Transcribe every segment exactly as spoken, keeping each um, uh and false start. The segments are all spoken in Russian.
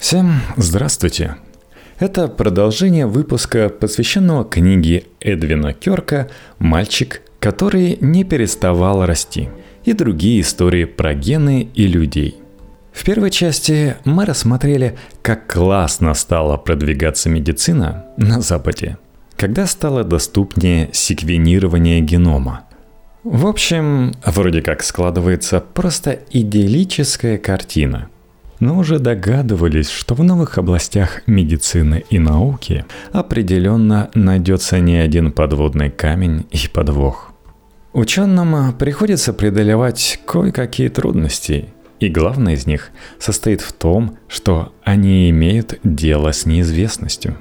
Всем здравствуйте! Это продолжение выпуска, посвященного книге Эдвина Кёрка «Мальчик, который не переставал расти» и другие истории про гены и людей. В первой части мы рассмотрели, как классно стала продвигаться медицина на Западе, когда стало доступнее секвенирование генома. В общем, вроде как складывается просто идиллическая картина. Но уже догадывались, что в новых областях медицины и науки определенно найдется не один подводный камень и подвох. Ученым приходится преодолевать кое-какие трудности, и главное из них состоит в том, что они имеют дело с неизвестностью.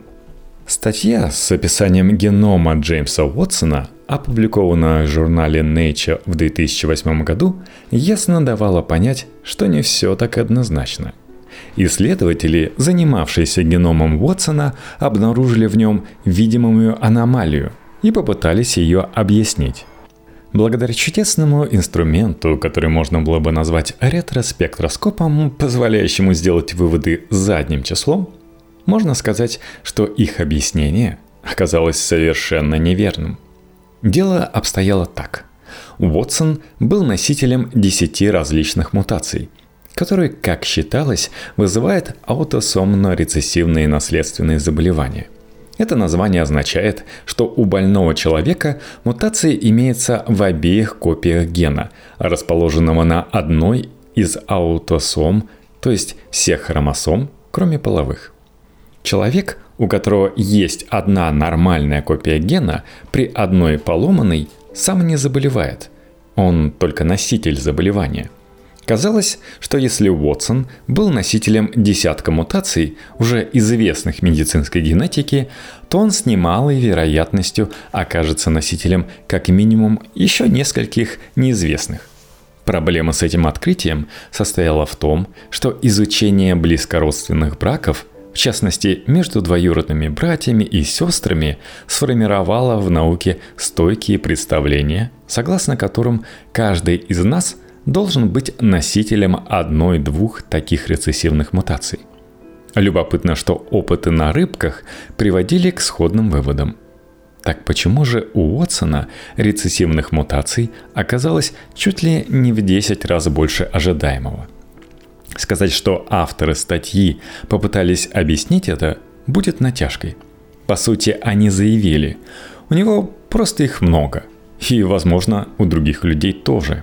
Статья с описанием генома Джеймса Уотсона, опубликованная в журнале Nature в две тысячи восьмом году, ясно давала понять, что не все так однозначно. Исследователи, занимавшиеся геномом Уотсона, обнаружили в нем видимую аномалию и попытались ее объяснить. Благодаря чудесному инструменту, который можно было бы назвать ретроспектроскопом, позволяющему сделать выводы задним числом, можно сказать, что их объяснение оказалось совершенно неверным. Дело обстояло так. Уотсон был носителем десяти различных мутаций, которые, как считалось, вызывают аутосомно-рецессивные наследственные заболевания. Это название означает, что у больного человека мутации имеются в обеих копиях гена, расположенного на одной из аутосом, то есть всех хромосом, кроме половых. Человек, у которого есть одна нормальная копия гена, при одной поломанной сам не заболевает. Он только носитель заболевания. Казалось, что если Уотсон был носителем десятка мутаций, уже известных медицинской генетике, то он с немалой вероятностью окажется носителем как минимум еще нескольких неизвестных. Проблема с этим открытием состояла в том, что изучение близкородственных браков, в частности, между двоюродными братьями и сестрами, сформировало в науке стойкие представления, согласно которым каждый из нас должен быть носителем одной-двух таких рецессивных мутаций. Любопытно, что опыты на рыбках приводили к сходным выводам. Так почему же у Уотсона рецессивных мутаций оказалось чуть ли не в десять раз больше ожидаемого? Сказать, что авторы статьи попытались объяснить это, будет натяжкой. По сути, они заявили, у него просто их много, и, возможно, у других людей тоже.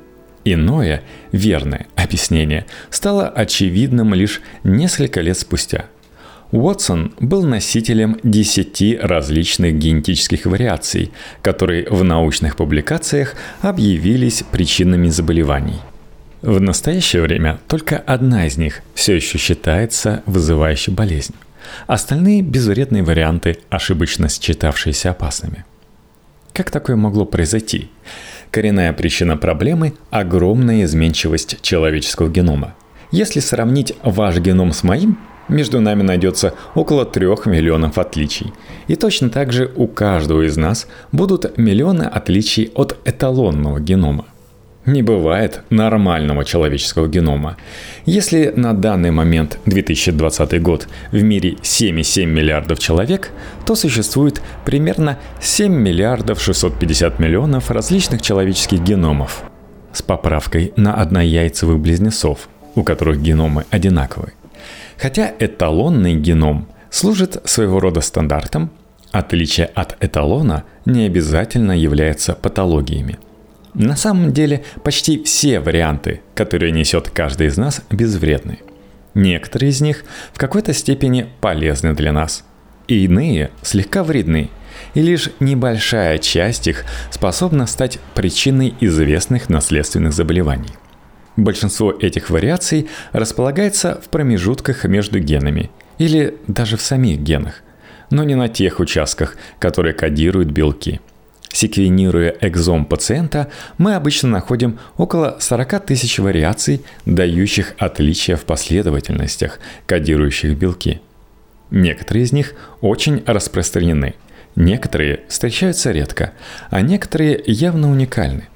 Иное, верное объяснение стало очевидным лишь несколько лет спустя. Уотсон был носителем десяти различных генетических вариаций, которые в научных публикациях объявились причинами заболеваний. В настоящее время только одна из них все еще считается вызывающей болезнь. Остальные безвредные варианты, ошибочно считавшиеся опасными. Как такое могло произойти? Коренная причина проблемы – огромная изменчивость человеческого генома. Если сравнить ваш геном с моим, между нами найдется около трех миллионов отличий. И точно так же у каждого из нас будут миллионы отличий от эталонного генома. Не бывает нормального человеческого генома. Если на данный момент, две тысячи двадцатый год, в мире семь целых семь десятых миллиардов человек, то существует примерно семь миллиардов шестьсот пятьдесят миллионов различных человеческих геномов, с поправкой на однояйцевых близнецов, у которых геномы одинаковы. Хотя эталонный геном служит своего рода стандартом, отличие от эталона не обязательно является патологиями. На самом деле, почти все варианты, которые несет каждый из нас, безвредны. Некоторые из них в какой-то степени полезны для нас, и иные слегка вредны, и лишь небольшая часть их способна стать причиной известных наследственных заболеваний. Большинство этих вариаций располагается в промежутках между генами, или даже в самих генах, но не на тех участках, которые кодируют белки. Секвенируя экзом пациента, мы обычно находим около сорок тысяч вариаций, дающих отличия в последовательностях, кодирующих белки. Некоторые из них очень распространены, некоторые встречаются редко, а некоторые явно уникальны.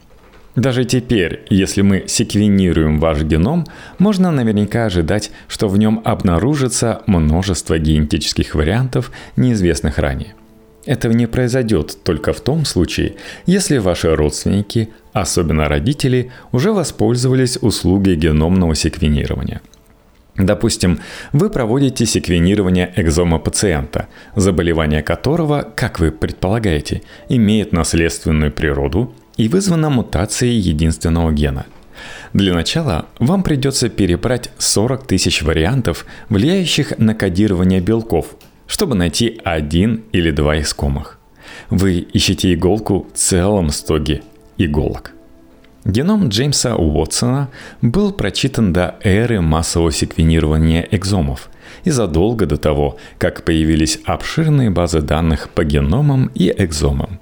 Даже теперь, если мы секвенируем ваш геном, можно наверняка ожидать, что в нем обнаружится множество генетических вариантов, неизвестных ранее. Это не произойдет только в том случае, если ваши родственники, особенно родители, уже воспользовались услугой геномного секвенирования. Допустим, вы проводите секвенирование экзома пациента, заболевание которого, как вы предполагаете, имеет наследственную природу и вызвано мутацией единственного гена. Для начала вам придется перебрать сорок тысяч вариантов, влияющих на кодирование белков, чтобы найти один или два искомых. Вы ищете иголку в целом стоге иголок. Геном Джеймса Уотсона был прочитан до эры массового секвенирования экзомов и задолго до того, как появились обширные базы данных по геномам и экзомам.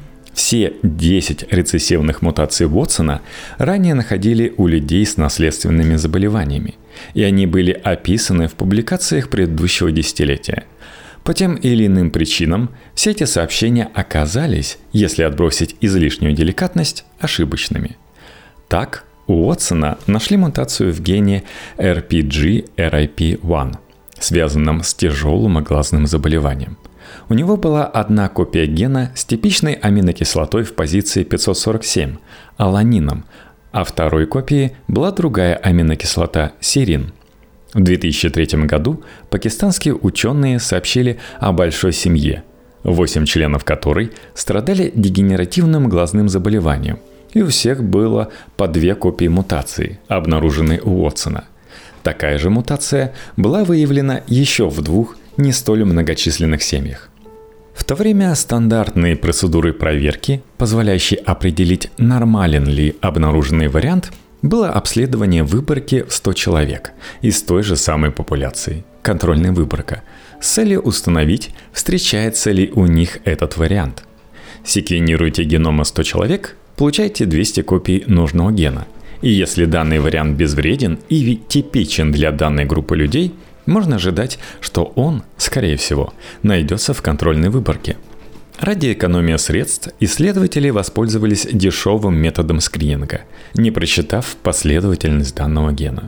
Все десять рецессивных мутаций Уотсона ранее находили у людей с наследственными заболеваниями, и они были описаны в публикациях предыдущего десятилетия. По тем или иным причинам все эти сообщения оказались, если отбросить излишнюю деликатность, ошибочными. Так, у Уотсона нашли мутацию в гене эр пи джи эр ай пи один, связанном с тяжелым глазным заболеванием. У него была одна копия гена с типичной аминокислотой в позиции пятьсот сорок семь – аланином, а второй копией была другая аминокислота – серин. В две тысячи третьем году пакистанские ученые сообщили о большой семье, восемь членов которой страдали дегенеративным глазным заболеванием, и у всех было по две копии мутации, обнаруженной у Уотсона. Такая же мутация была выявлена еще в двух не столь многочисленных семьях. В то время стандартные процедуры проверки, позволяющие определить, нормален ли обнаруженный вариант, было обследование выборки в сто человек из той же самой популяции, контрольная выборка, с целью установить, встречается ли у них этот вариант. Секвенируйте геномы сто человек, получаете двести копий нужного гена. И если данный вариант безвреден и типичен для данной группы людей, можно ожидать, что он, скорее всего, найдется в контрольной выборке. Ради экономии средств исследователи воспользовались дешевым методом скрининга, не просчитав последовательность данного гена.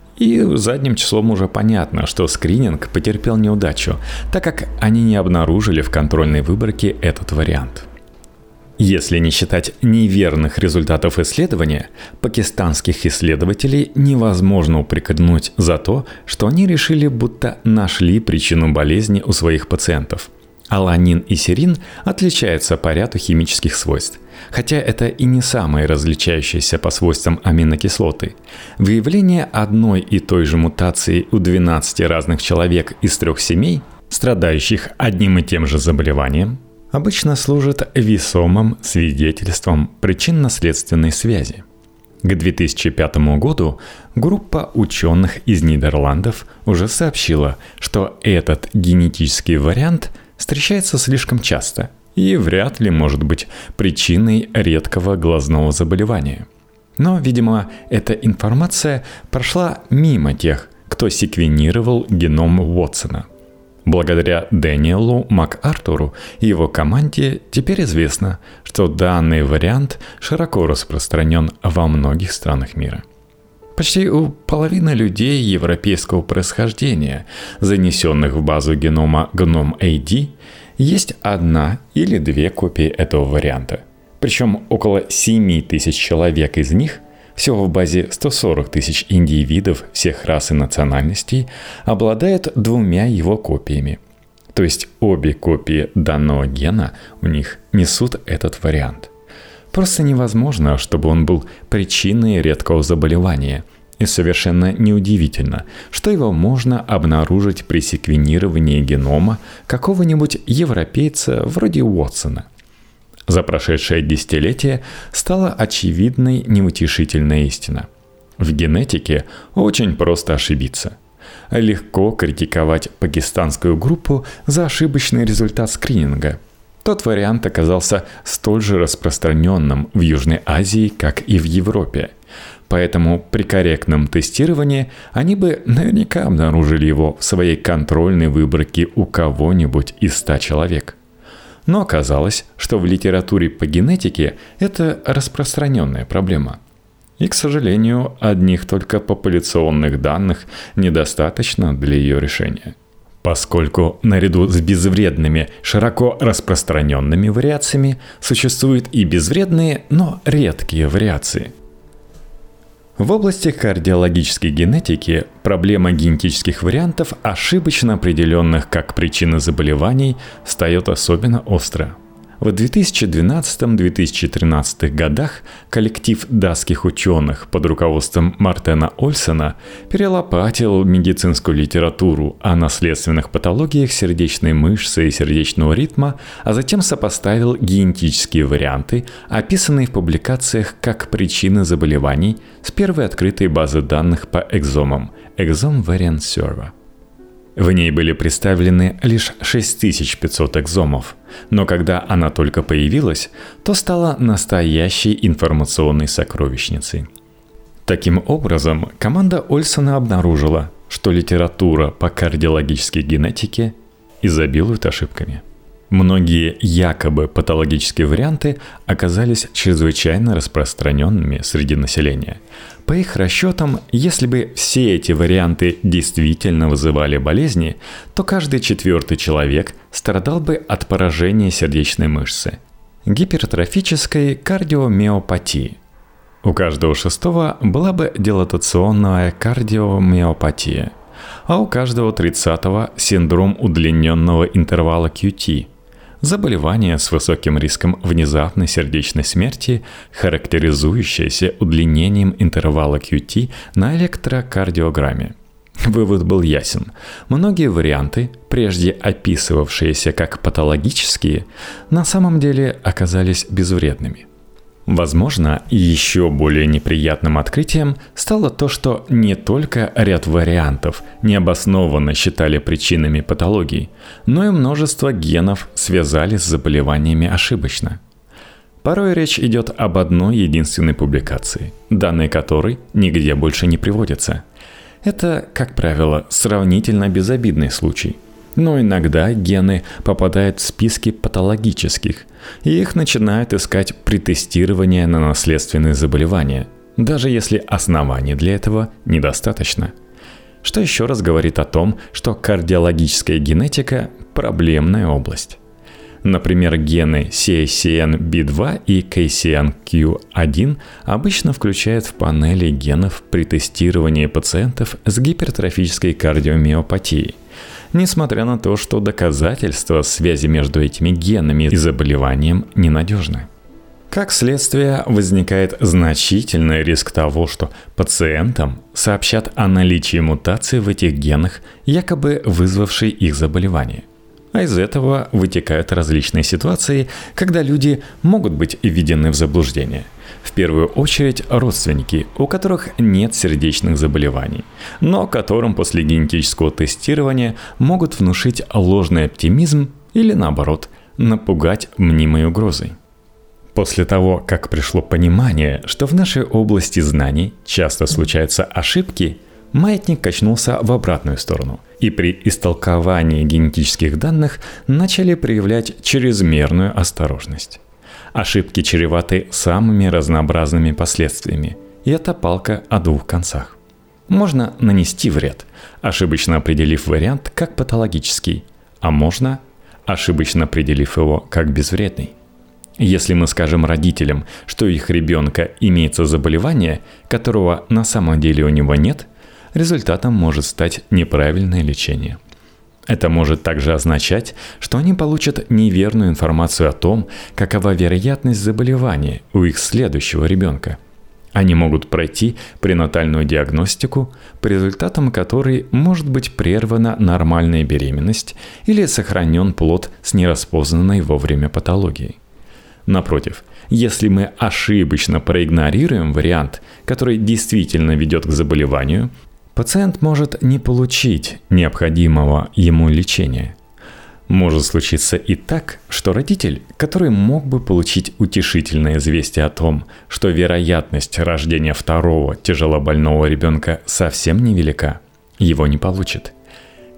И задним числом уже понятно, что скрининг потерпел неудачу, так как они не обнаружили в контрольной выборке этот вариант. Если не считать неверных результатов исследования, пакистанских исследователей невозможно упрекнуть за то, что они решили, будто нашли причину болезни у своих пациентов. Аланин и серин отличаются по ряду химических свойств, хотя это и не самые различающиеся по свойствам аминокислоты. Выявление одной и той же мутации у двенадцати разных человек из трех семей, страдающих одним и тем же заболеванием, обычно служит весомым свидетельством причинно-следственной связи. К две тысячи пятому году группа ученых из Нидерландов уже сообщила, что этот генетический вариант встречается слишком часто и вряд ли может быть причиной редкого глазного заболевания. Но, видимо, эта информация прошла мимо тех, кто секвенировал геном Уотсона. Благодаря Дэниелу МакАртуру и его команде теперь известно, что данный вариант широко распространен во многих странах мира. Почти у половины людей европейского происхождения, занесенных в базу генома Gnome-эй ди, есть одна или две копии этого варианта. Причем около семь тысяч человек из них, всего в базе сто сорок тысяч индивидов всех рас и национальностей, обладают двумя его копиями. То есть обе копии данного гена у них несут этот вариант. Просто невозможно, чтобы он был причиной редкого заболевания. И совершенно неудивительно, что его можно обнаружить при секвенировании генома какого-нибудь европейца вроде Уотсона. За прошедшее десятилетие стала очевидной неутешительная истина. В генетике очень просто ошибиться. Легко критиковать пакистанскую группу за ошибочный результат скрининга. Тот вариант оказался столь же распространенным в Южной Азии, как и в Европе. Поэтому при корректном тестировании они бы наверняка обнаружили его в своей контрольной выборке у кого-нибудь из ста человек. Но оказалось, что в литературе по генетике это распространенная проблема. И, к сожалению, одних только популяционных данных недостаточно для ее решения. Поскольку наряду с безвредными, широко распространенными вариациями существуют и безвредные, но редкие вариации. В области кардиологической генетики проблема генетических вариантов, ошибочно определенных как причины заболеваний, встает особенно остро. В две тысячи двенадцатом - две тысячи тринадцатых годах коллектив датских ученых под руководством Мартена Ольсена перелопатил медицинскую литературу о наследственных патологиях сердечной мышцы и сердечного ритма, а затем сопоставил генетические варианты, описанные в публикациях как причины заболеваний, с первой открытой базы данных по экзомам – Exome Variant Server. В ней были представлены лишь шесть тысяч пятьсот экзомов, но когда она только появилась, то стала настоящей информационной сокровищницей. Таким образом, команда Ольсена обнаружила, что литература по кардиологической генетике изобилует ошибками. Многие якобы патологические варианты оказались чрезвычайно распространенными среди населения. По их расчетам, если бы все эти варианты действительно вызывали болезни, то каждый четвертый человек страдал бы от поражения сердечной мышцы, гипертрофической кардиомиопатии. У каждого шестого была бы дилатационная кардиомиопатия, а у каждого тридцатого – синдром удлиненного интервала кью ти. Заболевание с высоким риском внезапной сердечной смерти, характеризующееся удлинением интервала кью ти на электрокардиограмме. Вывод был ясен. Многие варианты, прежде описывавшиеся как патологические, на самом деле оказались безвредными. Возможно, еще более неприятным открытием стало то, что не только ряд вариантов необоснованно считали причинами патологий, но и множество генов связали с заболеваниями ошибочно. Порой речь идет об одной единственной публикации, данные которой нигде больше не приводятся. Это, как правило, сравнительно безобидный случай. Но иногда гены попадают в списки патологических, и их начинают искать при тестировании на наследственные заболевания, даже если оснований для этого недостаточно. Что еще раз говорит о том, что кардиологическая генетика – проблемная область. Например, гены си эй си эн би два и кей си эн кью один обычно включают в панели генов при тестировании пациентов с гипертрофической кардиомиопатией, несмотря на то, что доказательства связи между этими генами и заболеванием ненадежны. Как следствие, возникает значительный риск того, что пациентам сообщат о наличии мутации в этих генах, якобы вызвавшей их заболевание. А из этого вытекают различные ситуации, когда люди могут быть введены в заблуждение. В первую очередь родственники, у которых нет сердечных заболеваний, но которым после генетического тестирования могут внушить ложный оптимизм или, наоборот, напугать мнимой угрозой. После того, как пришло понимание, что в нашей области знаний часто случаются ошибки, маятник качнулся в обратную сторону, и при истолковании генетических данных начали проявлять чрезмерную осторожность. Ошибки чреваты самыми разнообразными последствиями, и это палка о двух концах. Можно нанести вред, ошибочно определив вариант как патологический, а можно, ошибочно определив его как безвредный. Если мы скажем родителям, что у их ребенка имеется заболевание, которого на самом деле у него нет, результатом может стать неправильное лечение. Это может также означать, что они получат неверную информацию о том, какова вероятность заболевания у их следующего ребенка. Они могут пройти пренатальную диагностику, по результатам которой может быть прервана нормальная беременность или сохранен плод с нераспознанной вовремя патологией. Напротив, если мы ошибочно проигнорируем вариант, который действительно ведет к заболеванию, пациент может не получить необходимого ему лечения. Может случиться и так, что родитель, который мог бы получить утешительное известие о том, что вероятность рождения второго тяжелобольного ребенка совсем невелика, его не получит.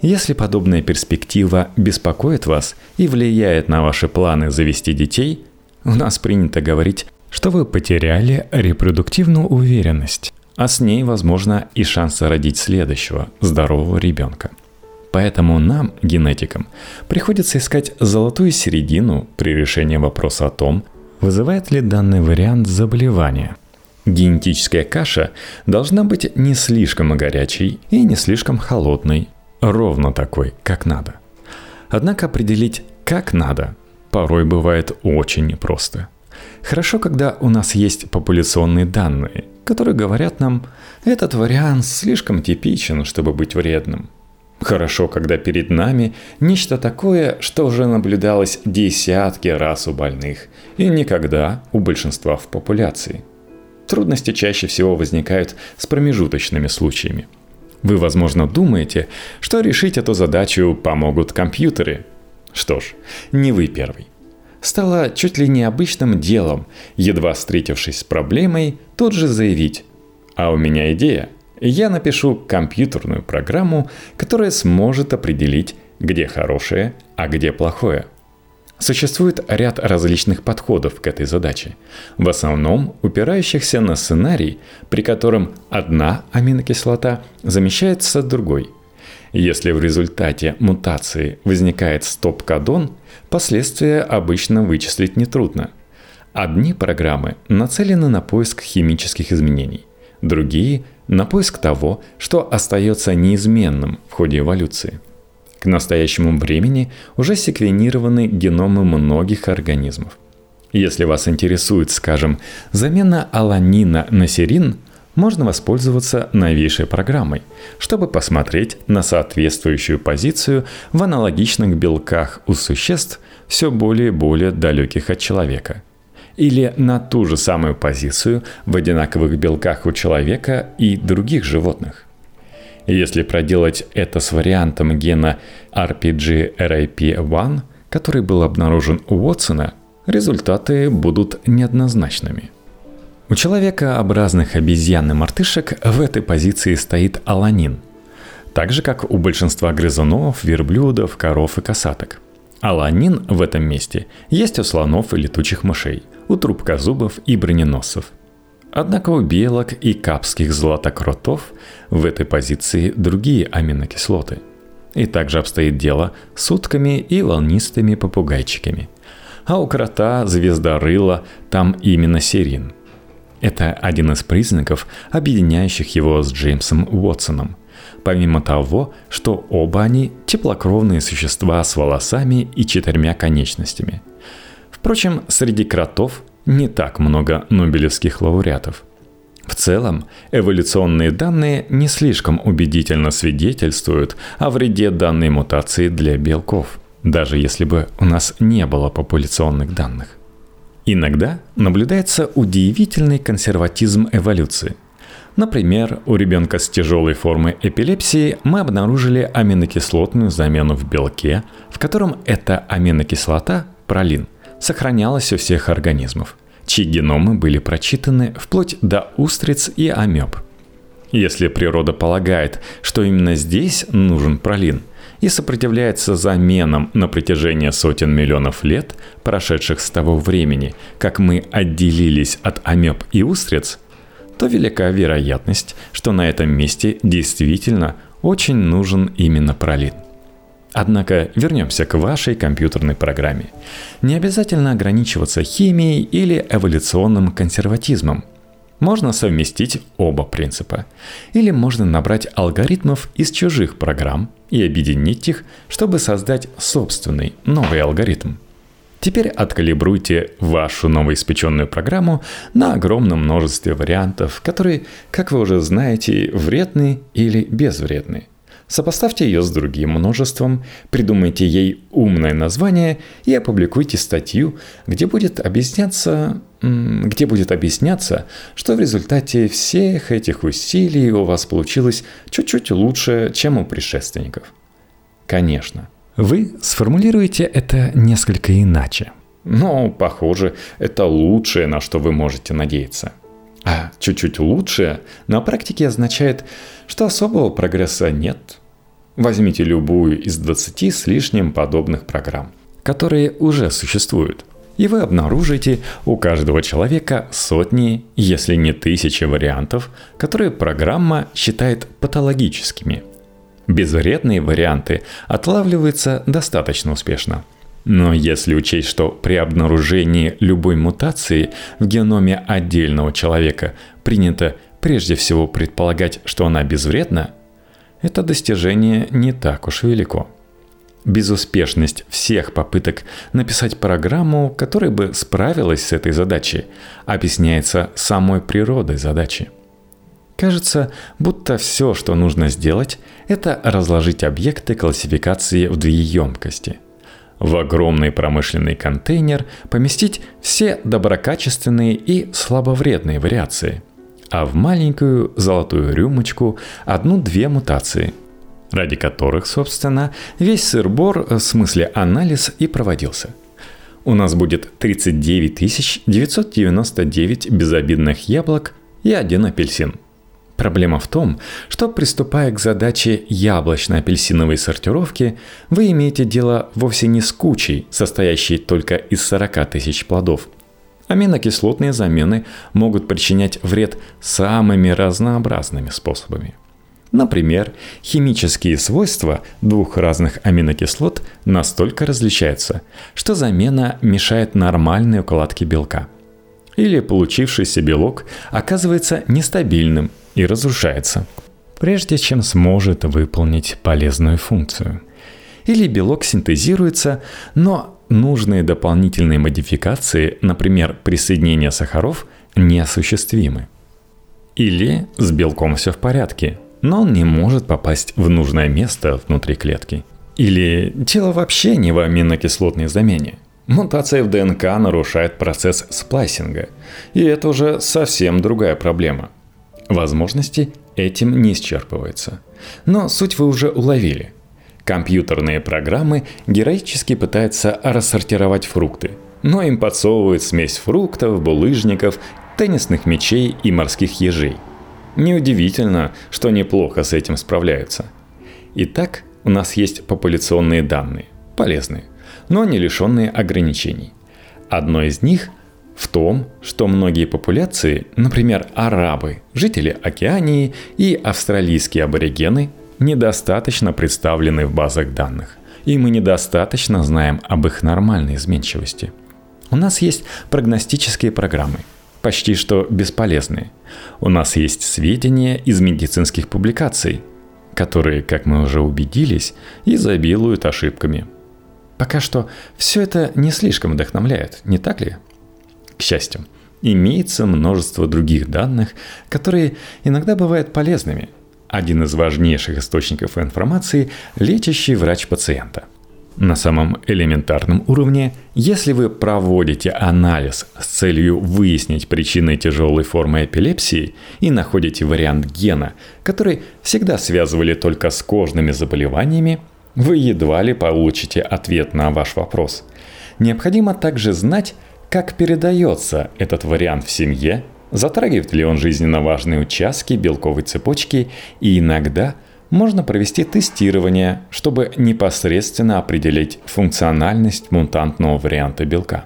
Если подобная перспектива беспокоит вас и влияет на ваши планы завести детей, у нас принято говорить, что вы потеряли репродуктивную уверенность, а с ней, возможно, и шанс родить следующего, здорового ребенка. Поэтому нам, генетикам, приходится искать золотую середину при решении вопроса о том, вызывает ли данный вариант заболевания. Генетическая каша должна быть не слишком горячей и не слишком холодной, ровно такой, как надо. Однако определить, как надо, порой бывает очень непросто. Хорошо, когда у нас есть популяционные данные, которые говорят нам, этот вариант слишком типичен, чтобы быть вредным. Хорошо, когда перед нами нечто такое, что уже наблюдалось десятки раз у больных и никогда у большинства в популяции. Трудности чаще всего возникают с промежуточными случаями. Вы, возможно, думаете, что решить эту задачу помогут компьютеры. Что ж, не вы первый. Стало чуть ли не обычным делом, едва встретившись с проблемой, тут же заявить: «А у меня идея. Я напишу компьютерную программу, которая сможет определить, где хорошее, а где плохое». Существует ряд различных подходов к этой задаче, в основном упирающихся на сценарий, при котором одна аминокислота замещается другой. Если в результате мутации возникает стоп-кодон, последствия обычно вычислить нетрудно. Одни программы нацелены на поиск химических изменений, другие – на поиск того, что остается неизменным в ходе эволюции. К настоящему времени уже секвенированы геномы многих организмов. Если вас интересует, скажем, замена аланина на серин, можно воспользоваться новейшей программой, чтобы посмотреть на соответствующую позицию в аналогичных белках у существ, все более и более далеких от человека. Или на ту же самую позицию в одинаковых белках у человека и других животных. Если проделать это с вариантом гена ар пи джи эр эй пи один, который был обнаружен у Уотсона, результаты будут неоднозначными. У человекообразных обезьян и мартышек в этой позиции стоит аланин, так же как у большинства грызунов, верблюдов, коров и косаток. Аланин в этом месте есть у слонов и летучих мышей, у трубкозубов и броненосцев. Однако у белок и капских златокротов в этой позиции другие аминокислоты. И также обстоит дело с утками и волнистыми попугайчиками. А у крота звездорыла там именно серин. Это один из признаков, объединяющих его с Джеймсом Уотсоном. Помимо того, что оба они теплокровные существа с волосами и четырьмя конечностями. Впрочем, среди кротов не так много нобелевских лауреатов. В целом, эволюционные данные не слишком убедительно свидетельствуют о вреде данной мутации для белков, даже если бы у нас не было популяционных данных. Иногда наблюдается удивительный консерватизм эволюции. Например, у ребенка с тяжелой формой эпилепсии мы обнаружили аминокислотную замену в белке, в котором эта аминокислота, пролин, сохранялась у всех организмов, чьи геномы были прочитаны вплоть до устриц и амеб. Если природа полагает, что именно здесь нужен пролин, и сопротивляется заменам на протяжении сотен миллионов лет, прошедших с того времени, как мы отделились от амеб и устриц, то велика вероятность, что на этом месте действительно очень нужен именно пролин. Однако вернемся к вашей компьютерной программе. Не обязательно ограничиваться химией или эволюционным консерватизмом. Можно совместить оба принципа. Или можно набрать алгоритмов из чужих программ и объединить их, чтобы создать собственный новый алгоритм. Теперь откалибруйте вашу новоиспеченную программу на огромном множестве вариантов, которые, как вы уже знаете, вредны или безвредны. Сопоставьте ее с другим множеством, придумайте ей умное название и опубликуйте статью, где будет объясняться, где будет объясняться, что в результате всех этих усилий у вас получилось чуть-чуть лучше, чем у предшественников. Конечно, вы сформулируете это несколько иначе. Но, похоже, это лучшее, на что вы можете надеяться. А чуть-чуть лучше на практике означает, что особого прогресса нет. Возьмите любую из двадцати с лишним подобных программ, которые уже существуют, и вы обнаружите у каждого человека сотни, если не тысячи вариантов, которые программа считает патологическими. Безвредные варианты отлавливаются достаточно успешно. Но если учесть, что при обнаружении любой мутации в геноме отдельного человека принято прежде всего предполагать, что она безвредна, это достижение не так уж велико. Безуспешность всех попыток написать программу, которая бы справилась с этой задачей, объясняется самой природой задачи. Кажется, будто все, что нужно сделать, это разложить объекты классификации в две емкости. В огромный промышленный контейнер поместить все доброкачественные и слабовредные вариации, а в маленькую золотую рюмочку одну-две мутации, ради которых, собственно, весь сыр-бор, в смысле анализ, и проводился. У нас будет тридцать девять тысяч девятьсот девяносто девять безобидных яблок и один апельсин. Проблема в том, что, приступая к задаче яблочно-апельсиновой сортировки, вы имеете дело вовсе не с кучей, состоящей только из сорок тысяч плодов. Аминокислотные замены могут причинять вред самыми разнообразными способами. Например, химические свойства двух разных аминокислот настолько различаются, что замена мешает нормальной укладке белка. Или получившийся белок оказывается нестабильным и разрушается, прежде чем сможет выполнить полезную функцию. Или белок синтезируется, но нужные дополнительные модификации, например, присоединение сахаров, неосуществимы. Или с белком все в порядке, но он не может попасть в нужное место внутри клетки. Или дело вообще не в аминокислотной замене. Мутация в ДНК нарушает процесс сплайсинга, и это уже совсем другая проблема. Возможности этим не исчерпываются. Но суть вы уже уловили. Компьютерные программы героически пытаются рассортировать фрукты, но им подсовывают смесь фруктов, булыжников, теннисных мячей и морских ежей. Неудивительно, что неплохо с этим справляются. Итак, у нас есть популяционные данные, полезные, но не лишенные ограничений. Одно из них в том, что многие популяции, например, арабы, жители Океании и австралийские аборигены, недостаточно представлены в базах данных, и мы недостаточно знаем об их нормальной изменчивости. У нас есть прогностические программы, почти что бесполезные. У нас есть сведения из медицинских публикаций, которые, как мы уже убедились, изобилуют ошибками. Пока что все это не слишком вдохновляет, не так ли? К счастью, имеется множество других данных, которые иногда бывают полезными. Один из важнейших источников информации – лечащий врач пациента. На самом элементарном уровне, если вы проводите анализ с целью выяснить причины тяжелой формы эпилепсии и находите вариант гена, который всегда связывали только с кожными заболеваниями, вы едва ли получите ответ на ваш вопрос. Необходимо также знать, как передается этот вариант в семье, затрагивает ли он жизненно важные участки белковой цепочки, и иногда можно провести тестирование, чтобы непосредственно определить функциональность мутантного варианта белка.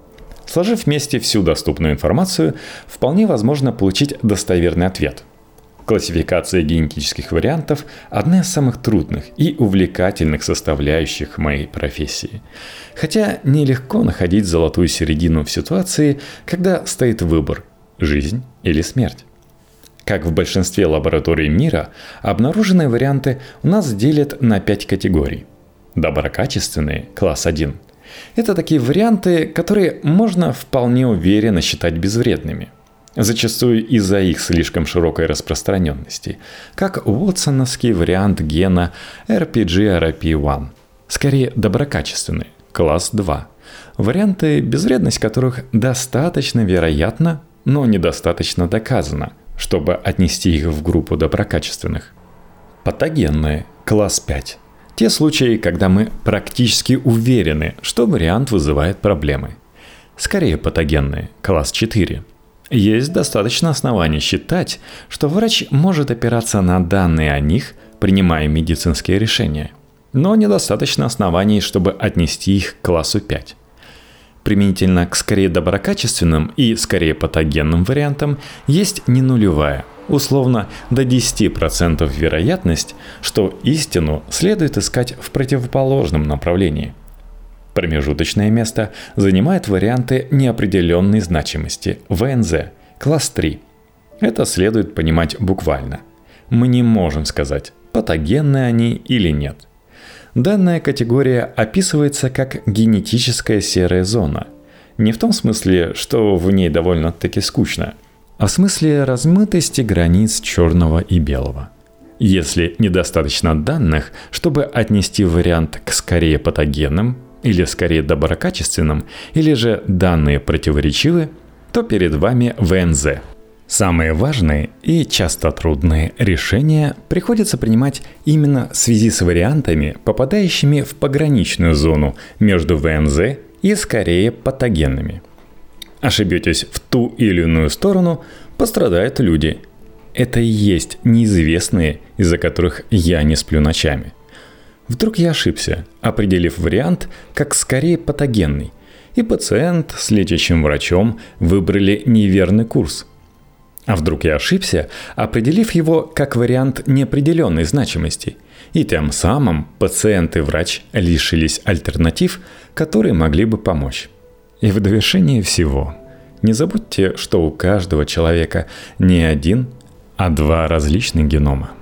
Сложив вместе всю доступную информацию, вполне возможно получить достоверный ответ. Классификация генетических вариантов – одна из самых трудных и увлекательных составляющих моей профессии. Хотя нелегко находить золотую середину в ситуации, когда стоит выбор – жизнь или смерть. Как в большинстве лабораторий мира, обнаруженные варианты у нас делят на пять категорий. Доброкачественные – класс один. Это такие варианты, которые можно вполне уверенно считать безвредными. Зачастую из-за их слишком широкой распространенности, как уотсоновский вариант гена эр пи джи ар эй пи один. Скорее доброкачественные, класс два. Варианты, безвредность которых достаточно вероятна, но недостаточно доказана, чтобы отнести их в группу доброкачественных. Патогенные, класс пять. Те случаи, когда мы практически уверены, что вариант вызывает проблемы. Скорее патогенные, класс четыре. Есть достаточно оснований считать, что врач может опираться на данные о них принимаем медицинские решения, но недостаточно оснований, чтобы отнести их к классу пять. Применительно к скорее доброкачественным и скорее патогенным вариантам есть не нулевая, условно до десять процентов вероятность, что истину следует искать в противоположном направлении. Промежуточное место занимают варианты неопределенной значимости, вэ эн зэ, класс три. Это следует понимать буквально. Мы не можем сказать, патогенны они или нет. Данная категория описывается как генетическая серая зона. Не в том смысле, что в ней довольно-таки скучно, а в смысле размытости границ черного и белого. Если недостаточно данных, чтобы отнести вариант к скорее патогенным, или скорее доброкачественным, или же данные противоречивы, то перед вами вэ эн зэ. Самые важные и часто трудные решения приходится принимать именно в связи с вариантами, попадающими в пограничную зону между вэ эн зэ и скорее патогенными. Ошибетесь в ту или иную сторону, пострадают люди. Это и есть неизвестные, из-за которых я не сплю ночами. Вдруг я ошибся, определив вариант как скорее патогенный, и пациент с лечащим врачом выбрали неверный курс. А вдруг я ошибся, определив его как вариант неопределенной значимости, и тем самым пациент и врач лишились альтернатив, которые могли бы помочь. И в довершение всего, не забудьте, что у каждого человека не один, а два различных генома.